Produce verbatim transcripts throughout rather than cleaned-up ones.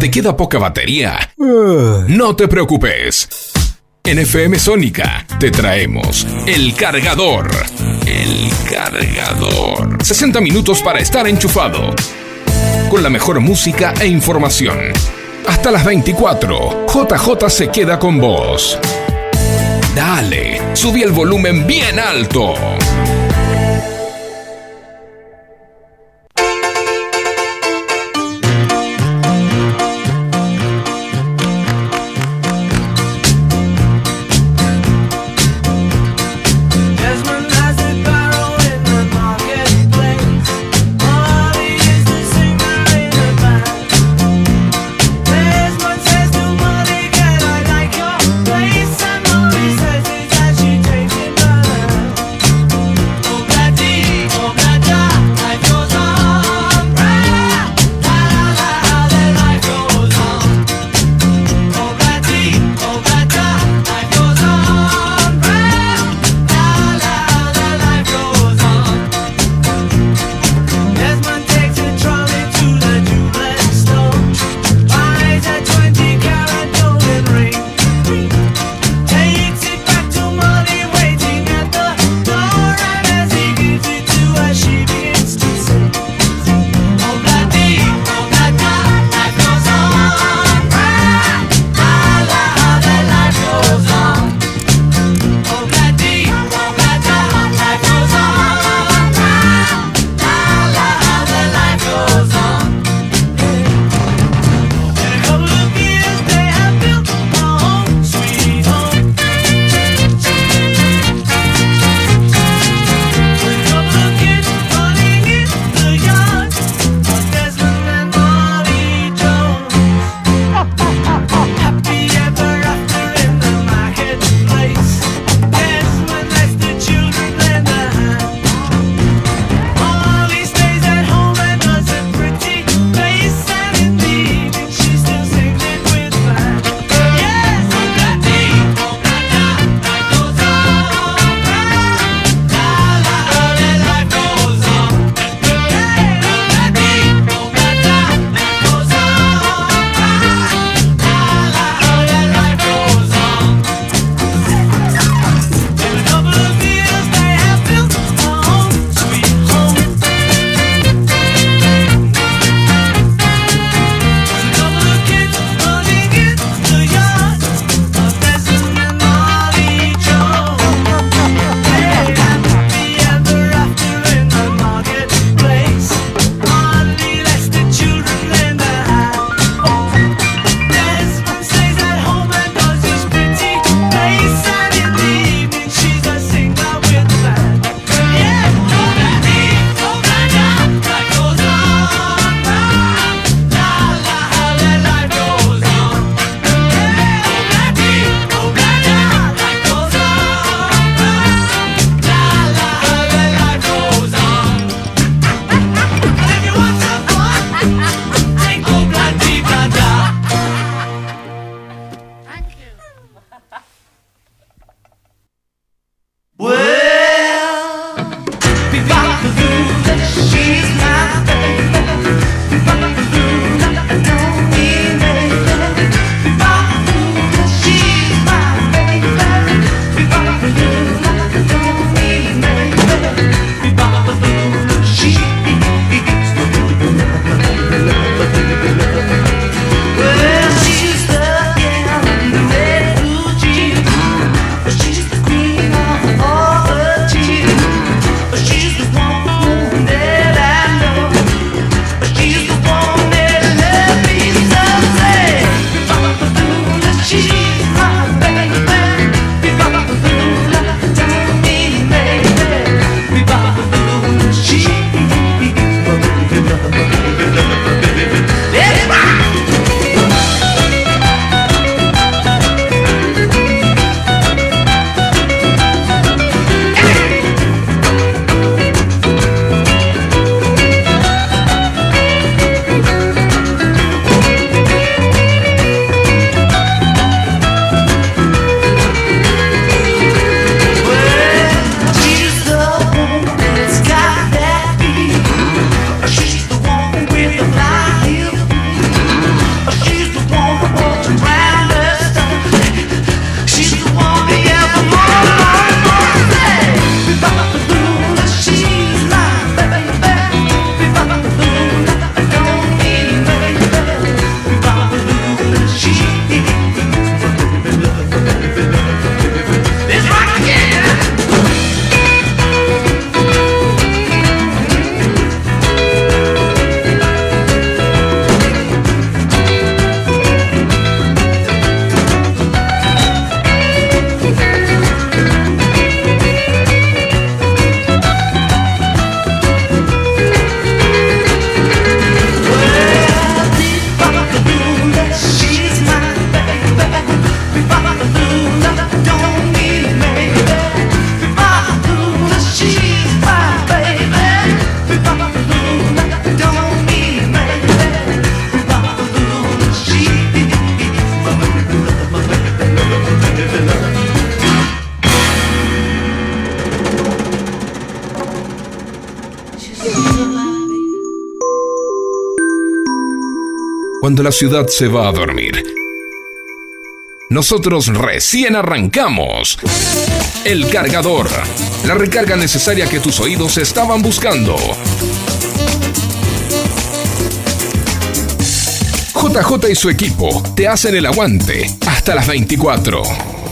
¿Te queda poca batería? No te preocupes. En F M Sónica te traemos El Cargador. El Cargador. sesenta minutos para estar enchufado. Con la mejor música e información. Hasta las veinticuatro. J J se queda con vos. Dale, subí el volumen bien alto. cuando la ciudad se va a dormir. Nosotros recién arrancamos. El Cargador, la recarga necesaria que tus oídos estaban buscando. J J y su equipo te hacen el aguante hasta las veinticuatro.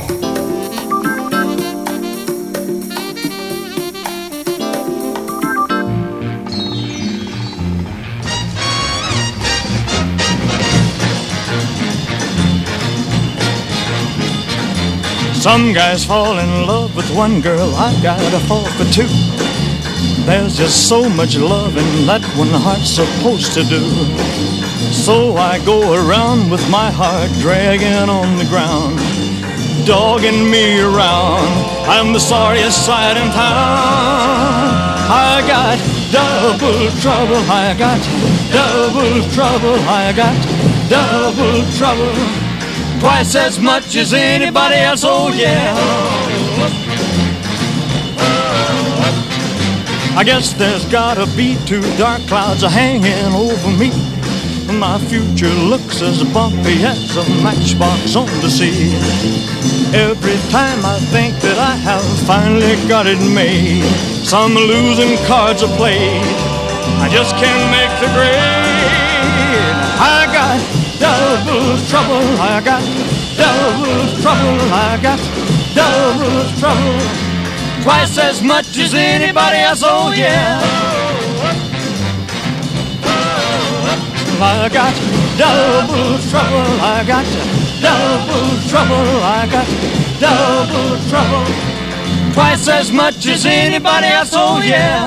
Some guys fall in love with one girl, I gotta fall for two. There's just so much loving that one heart's supposed to do. So I go around with my heart dragging on the ground, dogging me around. I'm the sorriest sight in town. I got double trouble, I got double trouble, I got double trouble. Twice as much as anybody else, oh yeah. I guess there's gotta be two dark clouds hanging over me. My future looks as bumpy as a matchbox on the sea. Every time I think that I have finally got it made, some losing cards are played. I just can't make the grade. I got double trouble, I got double trouble, I got double trouble. Twice as much as anybody else, oh yeah. I got double trouble, I got double trouble, I got double trouble. Twice as much as anybody else, oh yeah.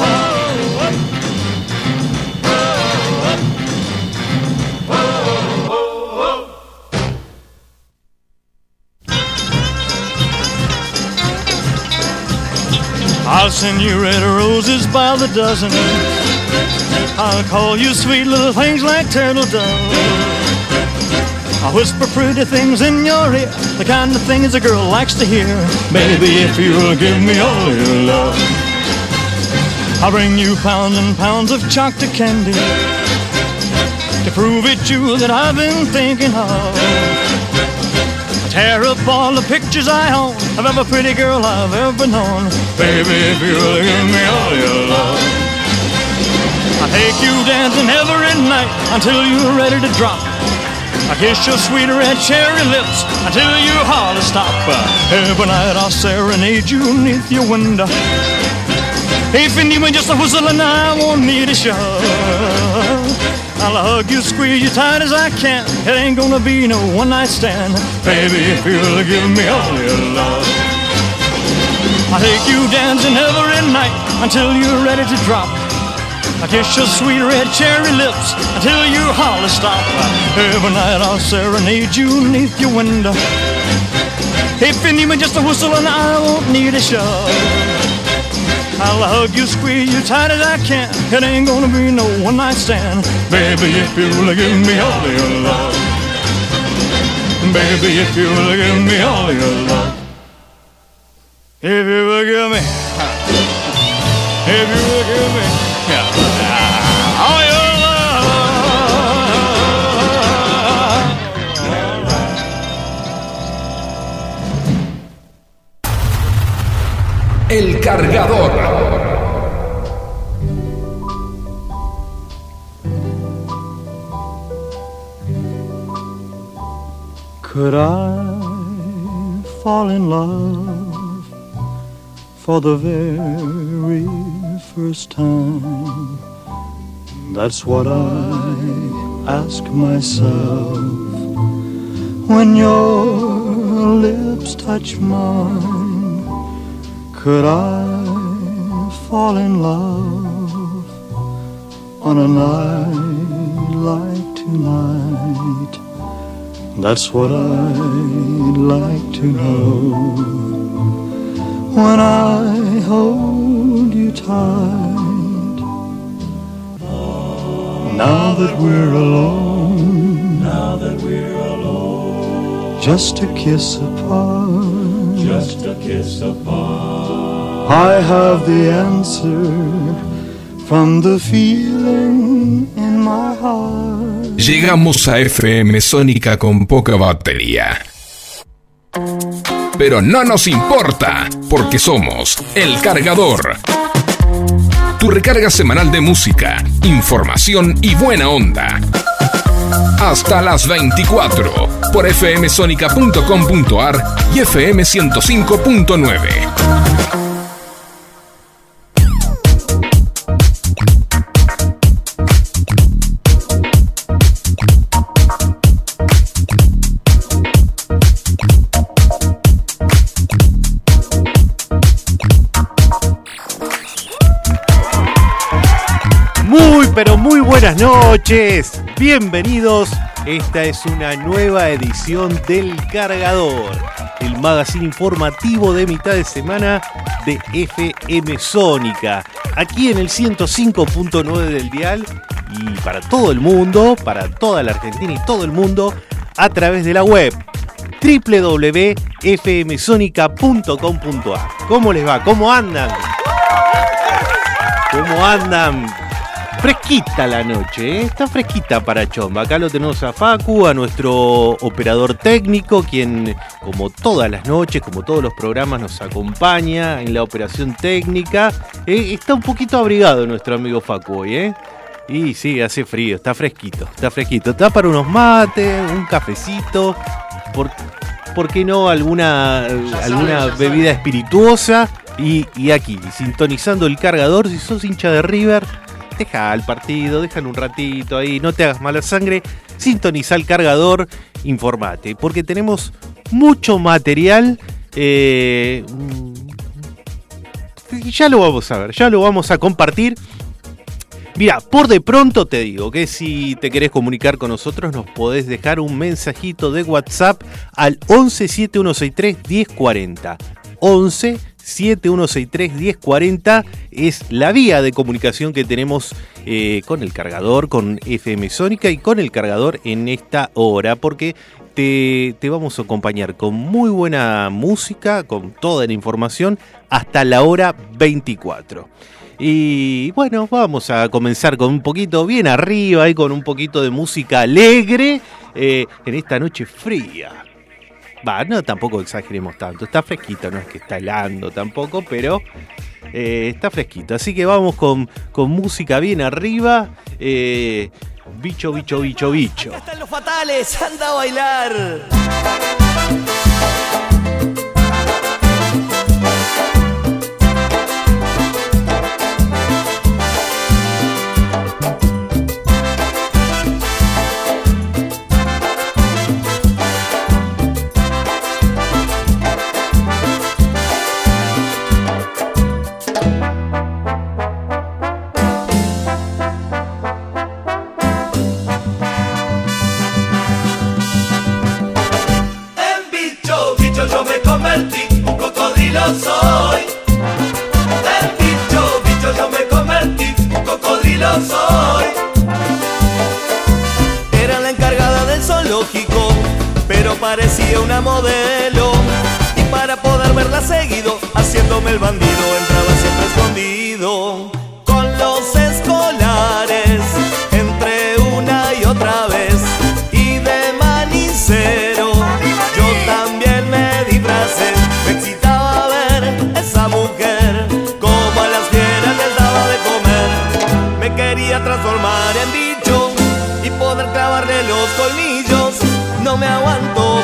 I'll send you red roses by the dozen. I'll call you sweet little things like turtle doves. I'll whisper pretty things in your ear, the kind of things a girl likes to hear. Baby, if you'll give me all your love, I'll bring you pounds and pounds of chocolate candy to prove it's you that I've been thinking of. Tear up all the pictures I own of every pretty girl I've ever known. Baby, if you'll give me all your love, I'll take you dancing every night until you're ready to drop. I'll kiss your sweet red cherry lips until you holler stop. Every night I'll serenade you beneath your window. If you need me just a whistle and I won't need a shove. I'll hug you, squeeze you tight as I can. It ain't gonna be no one-night stand. Baby, if you'll give me all your love, I'll take you dancing every night until you're ready to drop. I'll kiss your sweet red cherry lips until you holler stop. Every night I'll serenade you beneath your window. If you need me just a whistle and I won't need a shove. I'll hug you, squeeze you tight as I can. It ain't gonna be no one-night stand. Baby, if you'll give me all your love. Baby, if you'll give me all your love. If you will give me, if you will give me, yeah, all your love. El Cargador. Could I fall in love for the very first time? That's what I ask myself when your lips touch mine. Could I fall in love on a night like tonight? That's what I'd like to know when I hold you tight. Now that we're alone, now that we're alone, just a kiss apart, just a kiss apart, I have the answer from the feeling in my heart. Llegamos a F M Sónica con poca batería. Pero no nos importa, porque somos El Cargador. Tu recarga semanal de música, información y buena onda. Hasta las veinticuatro por f m sonica punto com punto a r y F M ciento cinco punto nueve. Pero muy buenas noches, bienvenidos. Esta es una nueva edición del Cargador, el magazine informativo de mitad de semana de F M Sónica, aquí en el ciento cinco punto nueve del dial y para todo el mundo, para toda la Argentina y todo el mundo, a través de la web doble u doble u doble u punto f m sonica punto com punto a r. ¿Cómo les va? ¿Cómo andan? ¿Cómo andan? Fresquita la noche, ¿eh? Está fresquita para Chomba. Acá lo tenemos a Facu, a nuestro operador técnico, quien como todas las noches, como todos los programas, nos acompaña en la operación técnica. Eh, está un poquito abrigado nuestro amigo Facu hoy, ¿eh? Y sí, hace frío, está fresquito, está fresquito. Está para unos mates, un cafecito, por, ¿por qué no alguna, alguna bebida espirituosa? Y, y aquí, sintonizando el Cargador, si sos hincha de River, deja el partido, déjalo un ratito ahí, no te hagas mala sangre, sintoniza el Cargador, informate, porque tenemos mucho material, eh, ya lo vamos a ver, ya lo vamos a compartir. Mira, por de pronto te digo que si te querés comunicar con nosotros nos podés dejar un mensajito de WhatsApp al once siete uno seis tres diez cuarenta. once siete uno seis tres diez cuarenta es la vía de comunicación que tenemos eh, con el Cargador, con F M Sónica y con el Cargador en esta hora, porque te, te vamos a acompañar con muy buena música, con toda la información, hasta la hora veinticuatro. Y bueno, vamos a comenzar con un poquito bien arriba y con un poquito de música alegre eh, en esta noche fría. Va, no, tampoco exageremos tanto, está fresquito, no es que está helando tampoco, pero eh, está fresquito. Así que vamos con, con música bien arriba, eh, bicho, bicho, bicho, bicho. Acá están los fatales, anda a bailar. Soy el bicho, bicho, yo me convertí, un cocodrilo soy. Era la encargada del zoológico, pero parecía una modelo. Y para poder verla seguido, haciéndome el bandido, entraba siempre escondido. Con los escolares, entre una y otra vez, y de manicero, yo también me disfracé. Me excitaba ver esa mujer, como a las fieras les daba de comer. Me quería transformar en bicho y poder clavarle los colmillos. No me aguanto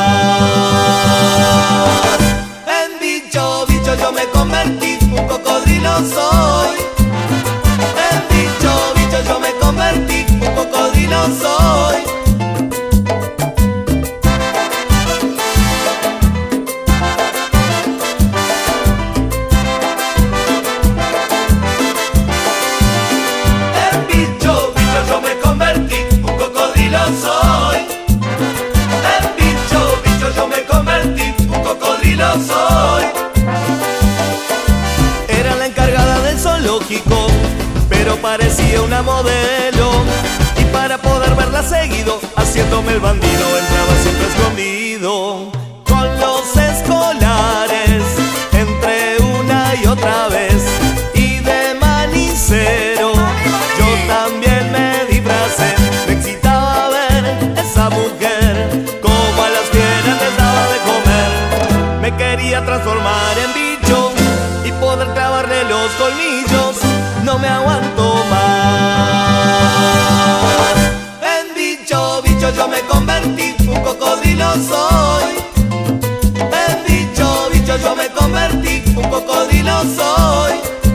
más. En bicho, bicho yo me convertí, un cocodrilo soy. En bicho, bicho yo me convertí, un cocodrilo soy. Soy el bicho, bicho yo me convertí, un cocodrilo soy. Era la encargada del zoológico, pero parecía una modelo. Y para poder verla seguido, haciéndome el bandido, entraba siempre escondido. Con los escolares, entre una y otra vez, y de manicero, yo también me disfrazé. colmillos, no me aguanto más. En bicho, bicho yo me convertí, un cocodrilo soy. En bicho, bicho yo me convertí, un cocodrilo soy.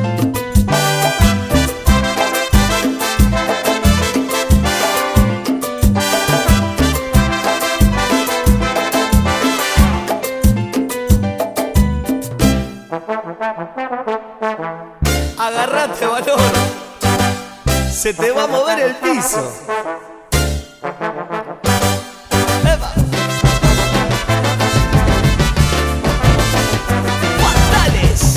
Agárrate, valor, se te va a mover el piso. ¡Eva! ¡Fatales!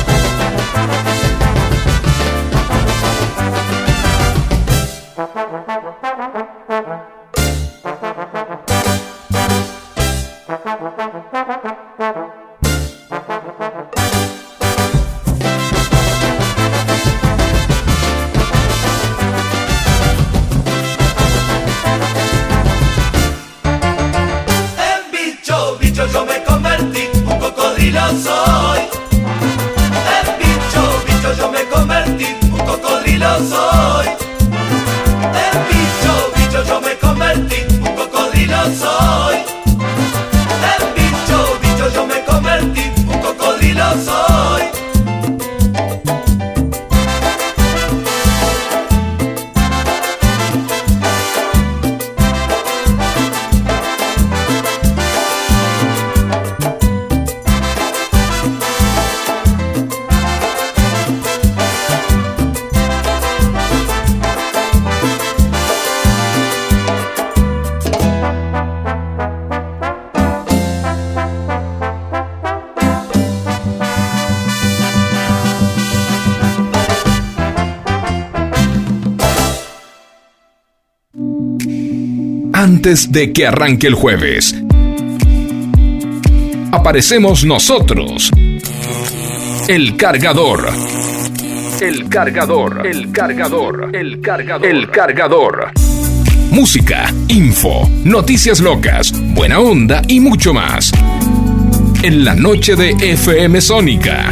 Yo me convertí, un cocodrilo soy. En bicho, bicho yo me convertí, un cocodrilo soy. En bicho, bicho yo me convertí, un cocodrilo soy. En bicho, bicho yo me convertí, un cocodrilo soy. Antes de que arranque el jueves, aparecemos nosotros. El cargador. El cargador. El cargador. El cargador. El cargador. Música, info, noticias locas, buena onda y mucho más. En la noche de F M Sónica.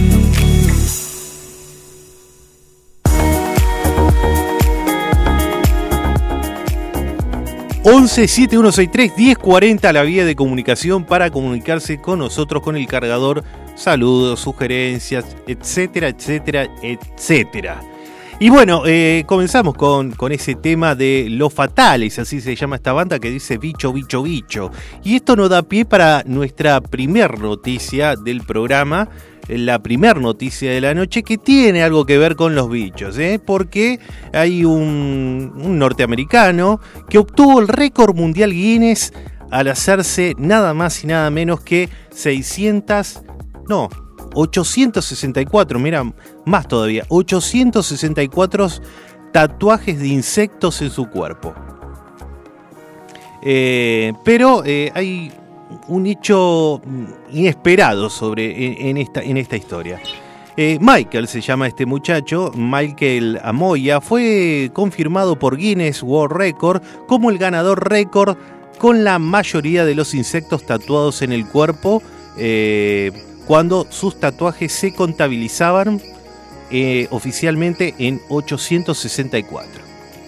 once siete uno seis tres diez cuarenta, la vía de comunicación para comunicarse con nosotros con el cargador. Saludos, sugerencias, etcétera, etcétera, etcétera. Y bueno, eh, comenzamos con, con ese tema de Los Fatales, así se llama esta banda que dice bicho, bicho, bicho. Y esto nos da pie para nuestra primer noticia del programa, la primer noticia de la noche, que tiene algo que ver con los bichos, ¿eh? Porque hay un, un norteamericano que obtuvo el récord mundial Guinness al hacerse nada más y nada menos que seiscientos, no, ochocientos sesenta y cuatro, mira, más todavía, ochocientos sesenta y cuatro tatuajes de insectos en su cuerpo. Eh, pero eh, hay un hecho inesperado sobre en, en esta en esta historia. Eh, Michael se llama este muchacho, Michael Amoya, fue confirmado por Guinness World Record como el ganador récord con la mayoría de los insectos tatuados en el cuerpo, eh, cuando sus tatuajes se contabilizaban eh, oficialmente en ochocientos sesenta y cuatro.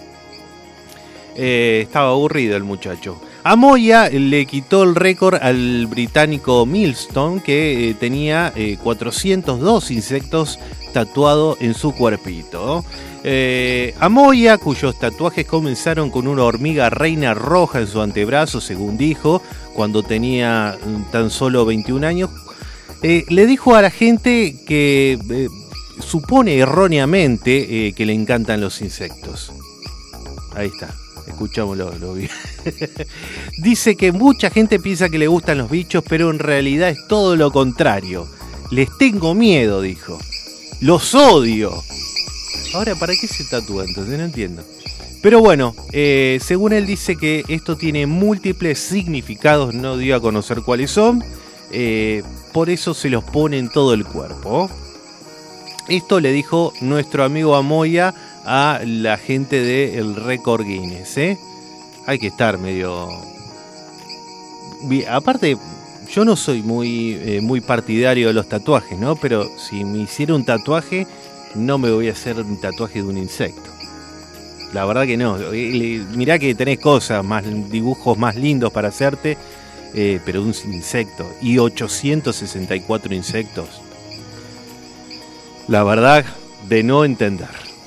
Eh, estaba aburrido el muchacho. Amoya le quitó el récord al británico Milestone, que eh, tenía eh, cuatrocientos dos insectos tatuados en su cuerpito. Eh, Amoya, cuyos tatuajes comenzaron con una hormiga reina roja en su antebrazo, según dijo, cuando tenía tan solo veintiún años, eh, le dijo a la gente que eh, supone erróneamente eh, que le encantan los insectos. Ahí está. Escuchámoslo, lo vi. Dice que mucha gente piensa que le gustan los bichos, pero en realidad es todo lo contrario. Les tengo miedo, dijo. Los odio. Ahora, ¿para qué se tatúa entonces? No entiendo. Pero bueno, eh, según él dice que esto tiene múltiples significados, no dio a conocer cuáles son. Eh, por eso se los pone en todo el cuerpo. Esto le dijo nuestro amigo Amoya a la gente del récord Guinness, ¿eh? Hay que estar medio... Aparte, yo no soy muy, eh, muy partidario de los tatuajes, ¿no? Pero si me hiciera un tatuaje, no me voy a hacer un tatuaje de un insecto. La verdad que no. Mirá que tenés cosas, más dibujos más lindos para hacerte, eh, pero de un insecto. Y ochocientos sesenta y cuatro insectos. La verdad, de no entender.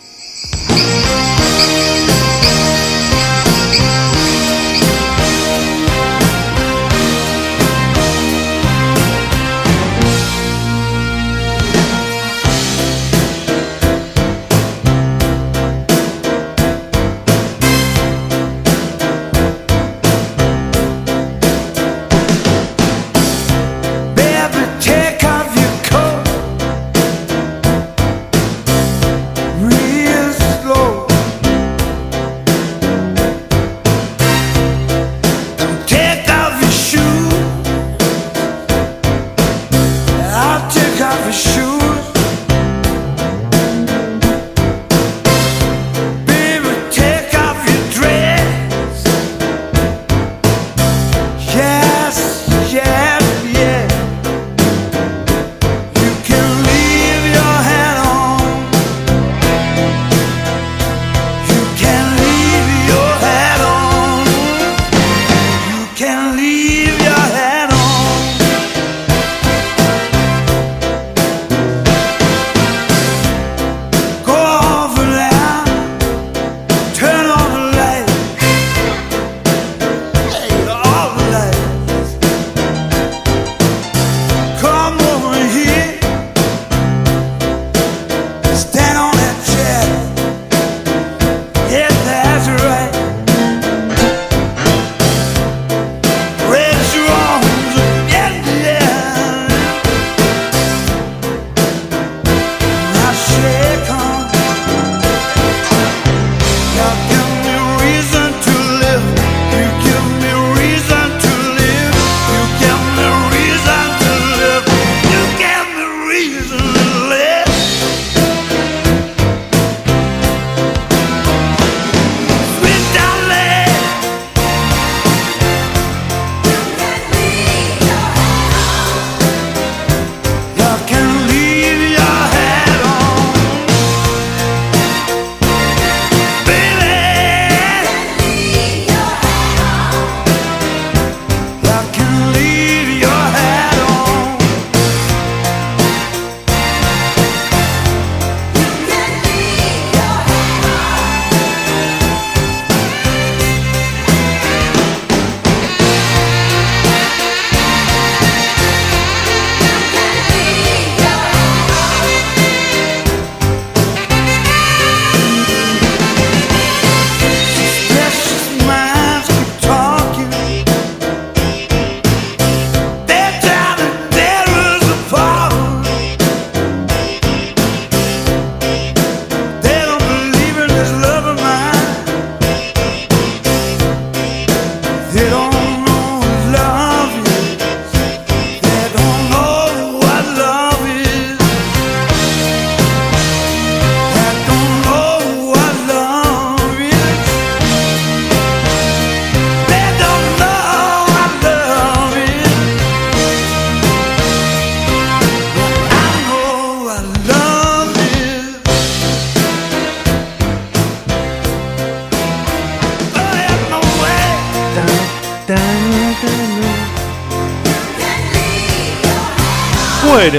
Bueno,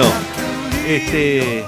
este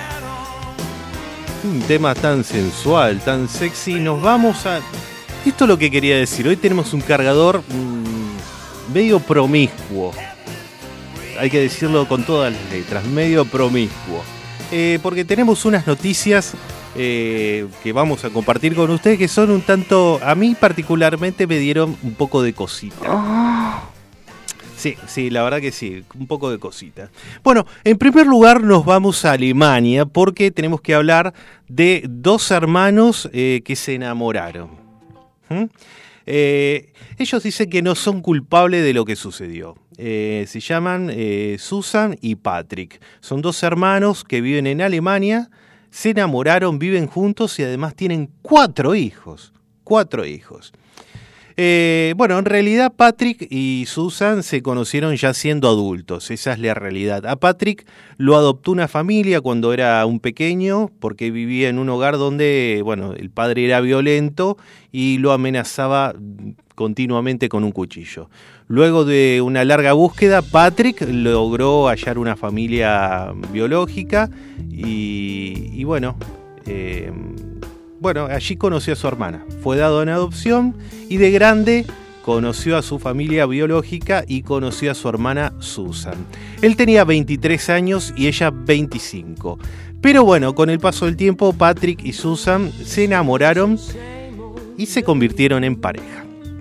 un tema tan sensual, tan sexy, nos vamos a... Esto es lo que quería decir, hoy tenemos un cargador mmm, medio promiscuo, hay que decirlo con todas las letras, medio promiscuo, eh, porque tenemos unas noticias eh, que vamos a compartir con ustedes que son un tanto, a mí particularmente me dieron un poco de cosita. Oh. Sí, sí, la verdad que sí, un poco de cosita. Bueno, en primer lugar nos vamos a Alemania porque tenemos que hablar de dos hermanos eh, que se enamoraron. ¿Mm? Eh, ellos dicen que no son culpables de lo que sucedió. Eh, se llaman eh, Susan y Patrick. Son dos hermanos que viven en Alemania, se enamoraron, viven juntos y además tienen cuatro hijos. Cuatro hijos. Eh, bueno, en realidad Patrick y Susan se conocieron ya siendo adultos, esa es la realidad. A Patrick lo adoptó una familia cuando era un pequeño, porque vivía en un hogar donde, bueno, el padre era violento y lo amenazaba continuamente con un cuchillo. Luego de una larga búsqueda, Patrick logró hallar una familia biológica y, y bueno... Eh, Bueno, allí conoció a su hermana, fue dado en adopción y de grande conoció a su familia biológica y conoció a su hermana Susan. Él tenía veintitrés años y ella veinticinco. Pero bueno, con el paso del tiempo, Patrick y Susan se enamoraron y se convirtieron en pareja.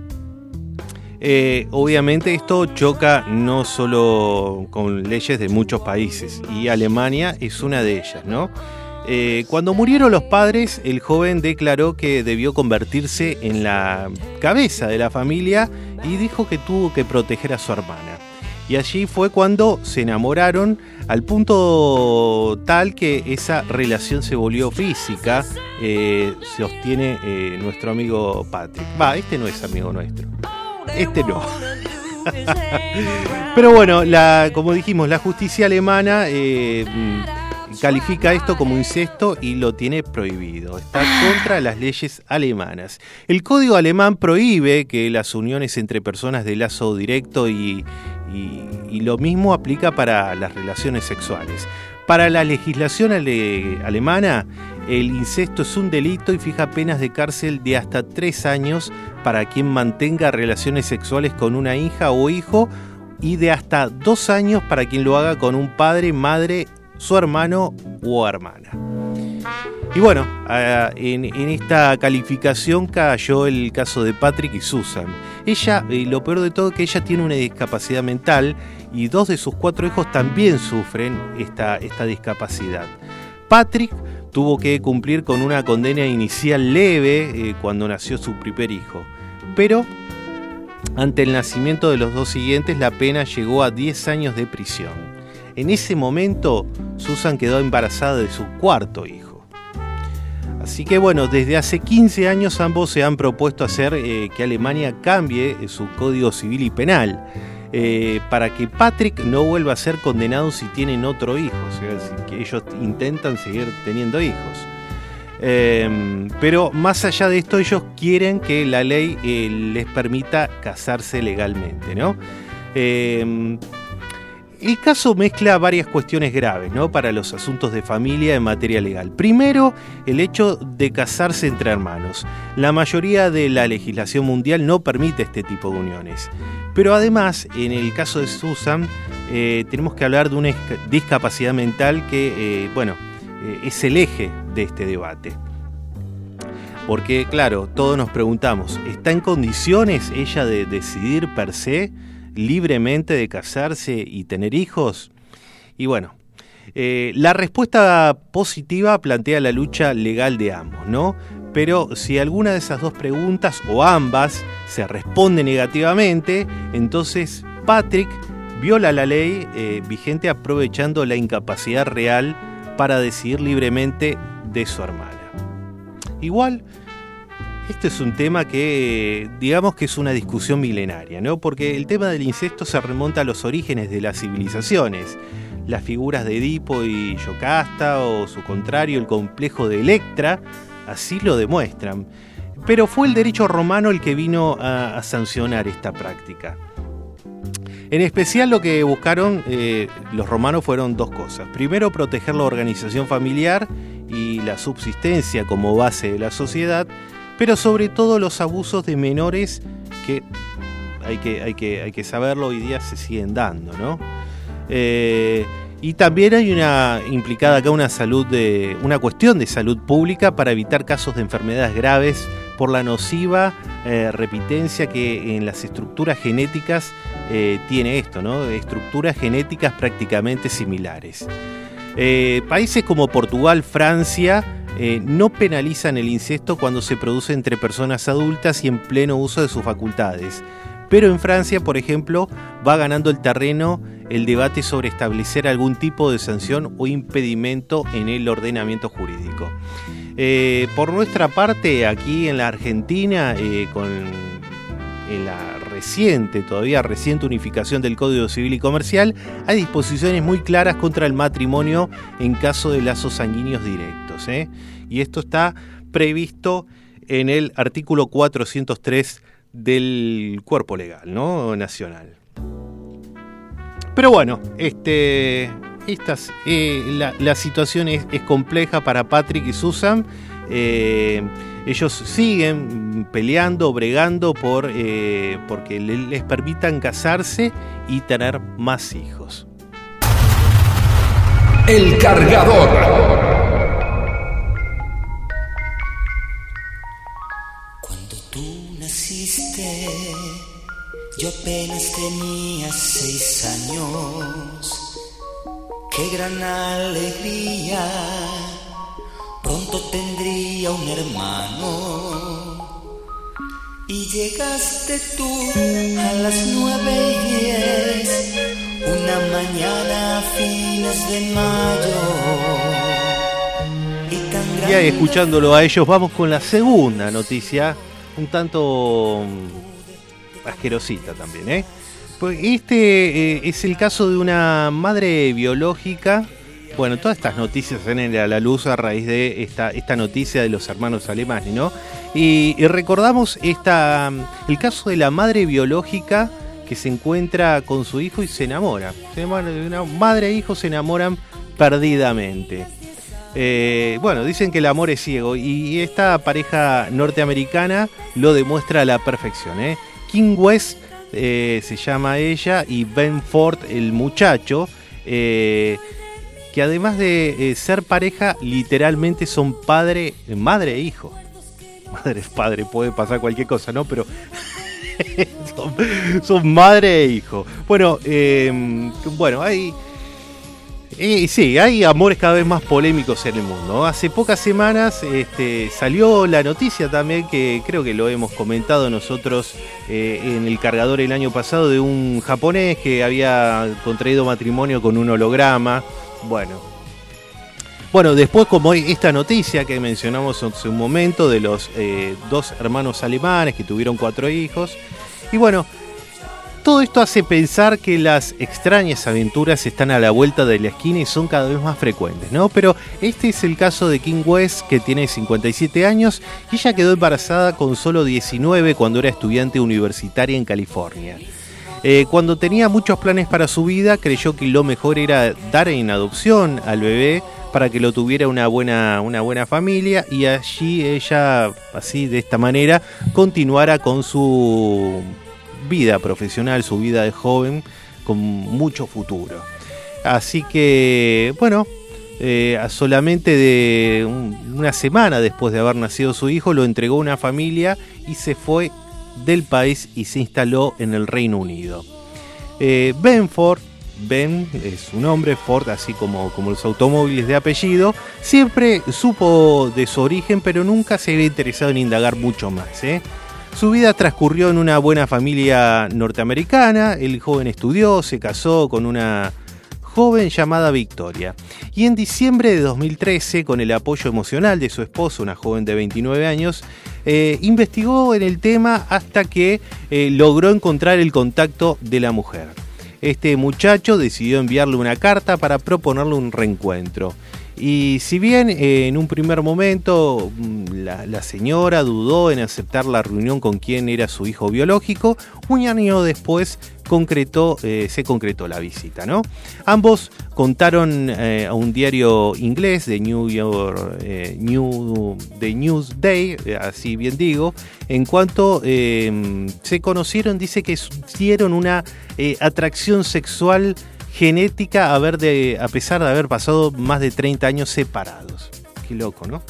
Eh, obviamente esto choca no solo con leyes de muchos países y Alemania es una de ellas, ¿no? Eh, cuando murieron los padres, el joven declaró que debió convertirse en la cabeza de la familia y dijo que tuvo que proteger a su hermana. Y allí fue cuando se enamoraron al punto tal que esa relación se volvió física, eh, sostiene eh, nuestro amigo Patrick. Va, este no es amigo nuestro, este no. Pero bueno, la, como dijimos, la justicia alemana... Eh, califica esto como incesto y lo tiene prohibido. Está contra las leyes alemanas. El código alemán prohíbe que las uniones entre personas de lazo directo y, y, y lo mismo aplica para las relaciones sexuales. Para la legislación ale, alemana, el incesto es un delito y fija penas de cárcel de hasta tres años para quien mantenga relaciones sexuales con una hija o hijo y de hasta dos años para quien lo haga con un padre, madre, su hermano o hermana. Y bueno, en, en esta calificación cayó el caso de Patrick y Susan. Ella, y lo peor de todo, que ella tiene una discapacidad mental y dos de sus cuatro hijos también sufren esta, esta discapacidad. Patrick tuvo que cumplir con una condena inicial leve eh, cuando nació su primer hijo, pero ante el nacimiento de los dos siguientes la pena llegó a diez años de prisión. En ese momento, Susan quedó embarazada de su cuarto hijo. Así que bueno, desde hace quince años ambos se han propuesto hacer eh, que Alemania cambie su código civil y penal eh, para que Patrick no vuelva a ser condenado si tienen otro hijo, o sea, que ellos intentan seguir teniendo hijos. Eh, pero más allá de esto, ellos quieren que la ley eh, les permita casarse legalmente, ¿no? Eh, El caso mezcla varias cuestiones graves, ¿no?, para los asuntos de familia en materia legal. Primero, el hecho de casarse entre hermanos. La mayoría de la legislación mundial no permite este tipo de uniones. Pero además, en el caso de Susan, eh, tenemos que hablar de una discapacidad mental que, eh, bueno, eh, es el eje de este debate. Porque, claro, todos nos preguntamos, ¿está en condiciones ella de decidir per se libremente de casarse y tener hijos? Y bueno, eh, la respuesta positiva plantea la lucha legal de ambos, ¿no? Pero si alguna de esas dos preguntas o ambas se responde negativamente, entonces Patrick viola la ley eh, vigente aprovechando la incapacidad real para decidir libremente de su hermana. Igual, este es un tema que, digamos que es una discusión milenaria, ¿no? Porque el tema del incesto se remonta a los orígenes de las civilizaciones. Las figuras de Edipo y Yocasta, o su contrario, el complejo de Electra, así lo demuestran. Pero fue el derecho romano el que vino a, a sancionar esta práctica. En especial lo que buscaron eh, los romanos fueron dos cosas. Primero, proteger la organización familiar y la subsistencia como base de la sociedad, pero sobre todo los abusos de menores que hay que, hay que, hay que saberlo, hoy día se siguen dando, ¿no? Eh, y también hay una implicada acá una salud de, una cuestión de salud pública para evitar casos de enfermedades graves por la nociva eh, repitencia que en las estructuras genéticas eh, tiene esto, ¿no? Estructuras genéticas prácticamente similares. Eh, países como Portugal, Francia, eh, no penalizan el incesto cuando se produce entre personas adultas y en pleno uso de sus facultades. Pero en Francia, por ejemplo, va ganando el terreno el debate sobre establecer algún tipo de sanción o impedimento en el ordenamiento jurídico. Eh, por nuestra parte, aquí en la Argentina, eh, con en la reciente, todavía reciente unificación del Código Civil y Comercial, hay disposiciones muy claras contra el matrimonio en caso de lazos sanguíneos directos, ¿eh? Y esto está previsto en el artículo cuatrocientos tres del cuerpo legal, ¿no? Nacional. Pero bueno, este, estas, eh, la, la situación es, es compleja para Patrick y Susan. Eh, ellos siguen peleando, bregando por eh, porque les permitan casarse y tener más hijos. El cargador. Cuando tú naciste, yo apenas tenía seis años. Qué gran alegría, pronto tendría un hermano. Y llegaste tú a las nueve y diez, una mañana a fines de mayo. Y, tan y ahí, escuchándolo a ellos, vamos con la segunda noticia, un tanto asquerosita también, ¿eh? Pues este eh, es el caso de una madre biológica. Bueno, todas estas noticias salen a la luz a raíz de esta, esta noticia de los hermanos alemanes, ¿no? Y, y recordamos esta, el caso de la madre biológica que se encuentra con su hijo y se enamora. Se enamora, una madre e hijo se enamoran perdidamente. Eh, bueno, dicen que el amor es ciego y esta pareja norteamericana lo demuestra a la perfección, ¿eh? Kim West eh, se llama ella y Ben Ford el muchacho, eh, que además de eh, ser pareja, literalmente son padre, madre e hijo. Madre es padre, puede pasar cualquier cosa, ¿no? Pero son, son madre e hijo. Bueno, eh, bueno, hay... Eh, sí, hay amores cada vez más polémicos en el mundo. Hace pocas semanas este, salió la noticia también, que creo que lo hemos comentado nosotros eh, en el cargador el año pasado, de un japonés que había contraído matrimonio con un holograma. Bueno, bueno después, como esta noticia que mencionamos hace un momento de los eh, dos hermanos alemanes que tuvieron cuatro hijos. Y bueno, todo esto hace pensar que las extrañas aventuras están a la vuelta de la esquina y son cada vez más frecuentes, ¿no? Pero este es el caso de Kim West, que tiene cincuenta y siete años y ella quedó embarazada con solo diecinueve cuando era estudiante universitaria en California. Eh, cuando tenía muchos planes para su vida, creyó que lo mejor era dar en adopción al bebé para que lo tuviera una buena, una buena familia, y allí ella, así de esta manera, continuara con su vida profesional, su vida de joven, con mucho futuro. Así que, bueno, eh, solamente de un, una semana después de haber nacido su hijo, lo entregó a una familia y se fue del país y se instaló en el Reino Unido. Eh, Ben Ford, Ben es su nombre, Ford así como, como los automóviles de apellido, siempre supo de su origen, pero nunca se había interesado en indagar mucho más, ¿eh? Su vida transcurrió en una buena familia norteamericana. El joven estudió, se casó con una joven llamada Victoria. Y en diciembre de dos mil trece, con el apoyo emocional de su esposa, una joven de veintinueve años, eh, investigó en el tema hasta que eh, logró encontrar el contacto de la mujer. Este muchacho decidió enviarle una carta para proponerle un reencuentro. Y si bien eh, en un primer momento la, la señora dudó en aceptar la reunión con quien era su hijo biológico, un año después concretó, eh, se concretó la visita, ¿no? Ambos contaron eh, a un diario inglés, de New York, eh, New, The Newsday, eh, así bien digo, en cuanto eh, se conocieron, dice que sintieron una eh, atracción sexual genética a, ver de, a pesar de haber pasado más de treinta años separados. Qué loco, ¿no?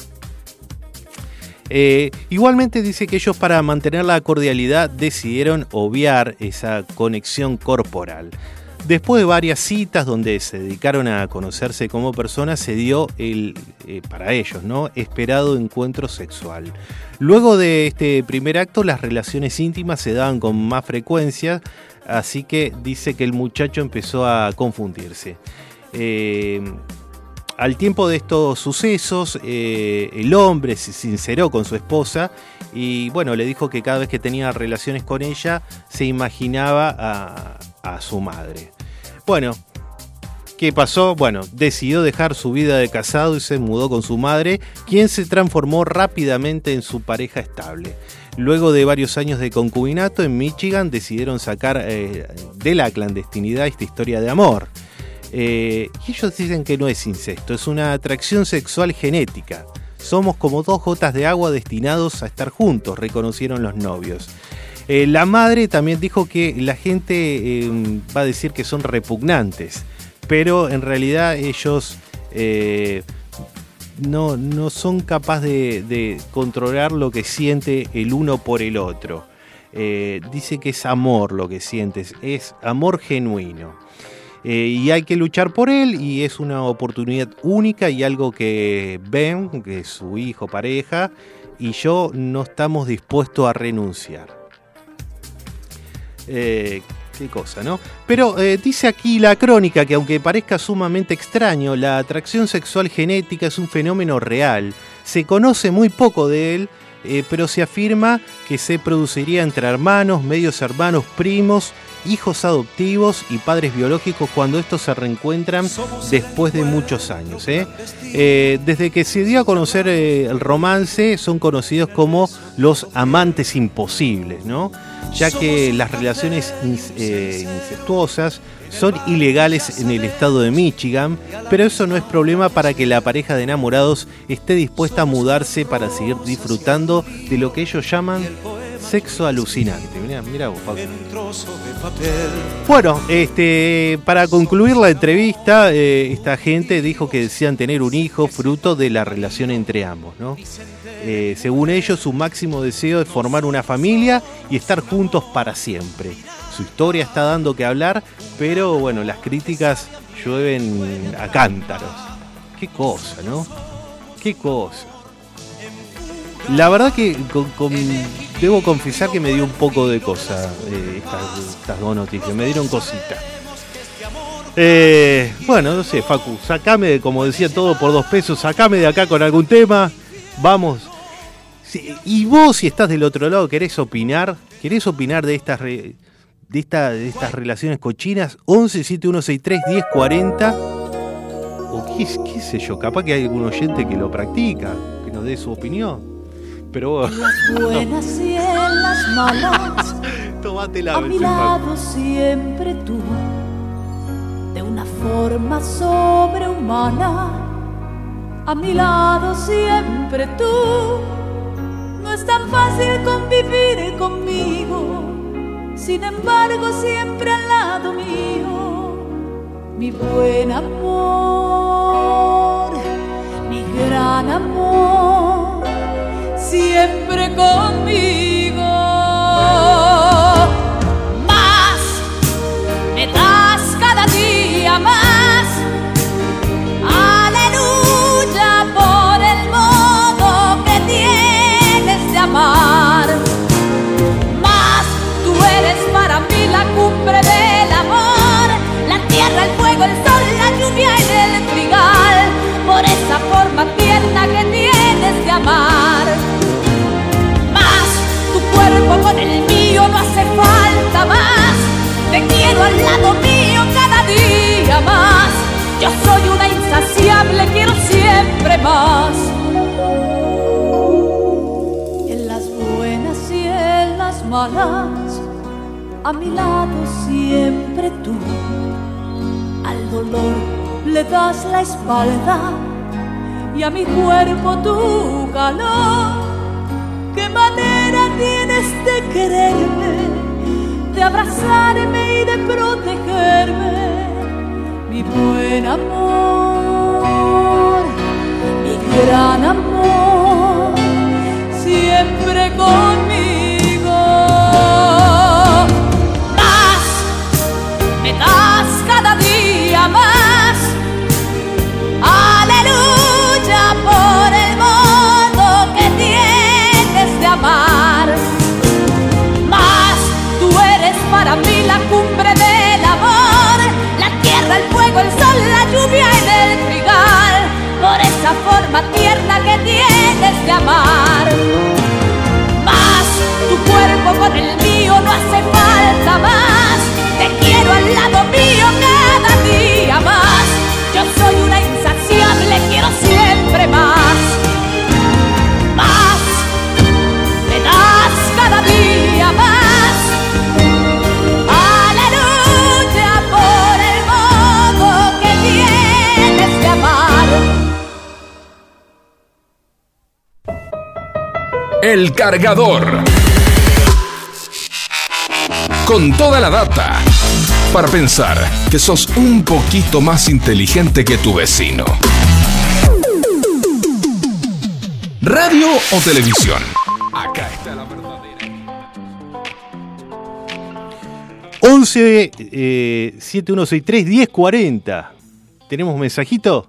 Eh, igualmente dice que ellos, para mantener la cordialidad, decidieron obviar esa conexión corporal. Después de varias citas donde se dedicaron a conocerse como personas, se dio el, eh, para ellos, ¿no?, esperado encuentro sexual. Luego de este primer acto, las relaciones íntimas se daban con más frecuencia, así que dice que el muchacho empezó a confundirse. Eh, al tiempo de estos sucesos, eh, el hombre se sinceró con su esposa y bueno, le dijo que cada vez que tenía relaciones con ella se imaginaba a, a su madre. Bueno, ¿qué pasó? Bueno, decidió dejar su vida de casado y se mudó con su madre, quien se transformó rápidamente en su pareja estable. Luego de varios años de concubinato en Michigan, decidieron sacar eh, de la clandestinidad esta historia de amor. Eh, y ellos dicen que no es incesto, es una atracción sexual genética. Somos como dos gotas de agua destinados a estar juntos, reconocieron los novios. Eh, la madre también dijo que la gente eh, va a decir que son repugnantes, pero en realidad ellos eh, no, no son capaces de, de controlar lo que siente el uno por el otro. Eh, dice que es amor lo que sientes, es amor genuino. Eh, y hay que luchar por él y es una oportunidad única y algo que Ben, que es su hijo, pareja, y yo no estamos dispuestos a renunciar. Eh, qué cosa, ¿no? Pero eh, dice aquí la crónica que aunque parezca sumamente extraño, la atracción sexual genética es un fenómeno real. Se conoce muy poco de él, eh, pero se afirma que se produciría entre hermanos, medios hermanos, primos, hijos adoptivos y padres biológicos cuando estos se reencuentran después de muchos años. ¿eh? Eh, desde que se dio a conocer eh, el romance, son conocidos como los amantes imposibles, ¿no? Ya que las relaciones eh, incestuosas son ilegales en el estado de Michigan, pero eso no es problema para que la pareja de enamorados esté dispuesta a mudarse para seguir disfrutando de lo que ellos llaman sexo alucinante. Mirá, mirá vos, Paco. Bueno, este, para concluir la entrevista, eh, esta gente dijo que desean tener un hijo fruto de la relación entre ambos, ¿no? Eh, según ellos, su máximo deseo es formar una familia y estar juntos para siempre. Su historia está dando que hablar, pero bueno, las críticas llueven a cántaros. Qué cosa, ¿no? Qué cosa. La verdad que con, con, debo confesar que me dio un poco de cosa eh, estas, estas dos noticias, me dieron cositas. Eh, bueno, no sé, Facu, sacame, como decía, todo por dos pesos, sacame de acá con algún tema, vamos. Sí, y vos, si estás del otro lado, querés opinar, querés opinar de estas, re, de, esta, de estas relaciones cochinas, once siete uno seis tres diez cuarenta, o qué, qué sé yo, capaz que hay algún oyente que lo practica, que nos dé su opinión. Pero en las buenas y en las malas, tómatela, a mi lado siempre tú, de una forma sobrehumana, a mi lado siempre tú. No es tan fácil convivir conmigo, sin embargo siempre al lado mío, mi buen amor, mi gran amor, siempre conmigo. Más me das cada día más, aleluya por el modo que tienes de amar. Más tú eres para mí la cumbre del amor, la tierra, el fuego, el sol, la lluvia y el trigal, por esa forma tierna que tienes de amar. Cuerpo con el mío no hace falta más, te quiero al lado mío cada día más. Yo soy una insaciable, quiero siempre más. En las buenas y en las malas, a mi lado siempre tú. Al dolor le das la espalda y a mi cuerpo tu calor. ¿Qué manera tienes de quererme, de abrazarme y de protegerme? Mi buen amor, mi gran amor, siempre conmigo. Más, me das cada día más, aleluya por el modo que tienes de amar. Más tú eres para mí la cumbre del amor, la tierra, el fuego, el sol, la lluvia y el trigal, forma tierna que tienes de amar. Más tu cuerpo con el mío no hace falta más. Te quiero al lado mío cada día más. Yo soy una insaciable, quiero siempre más. Más, me das cada día más. Aleluya por el modo que tienes de amar. El Cargador. Con toda la data para pensar que sos un poquito más inteligente que tu vecino. ¿Radio o televisión? Acá está la verdadera. once eh, siete uno seis tres diez cuarenta. ¿Tenemos un mensajito?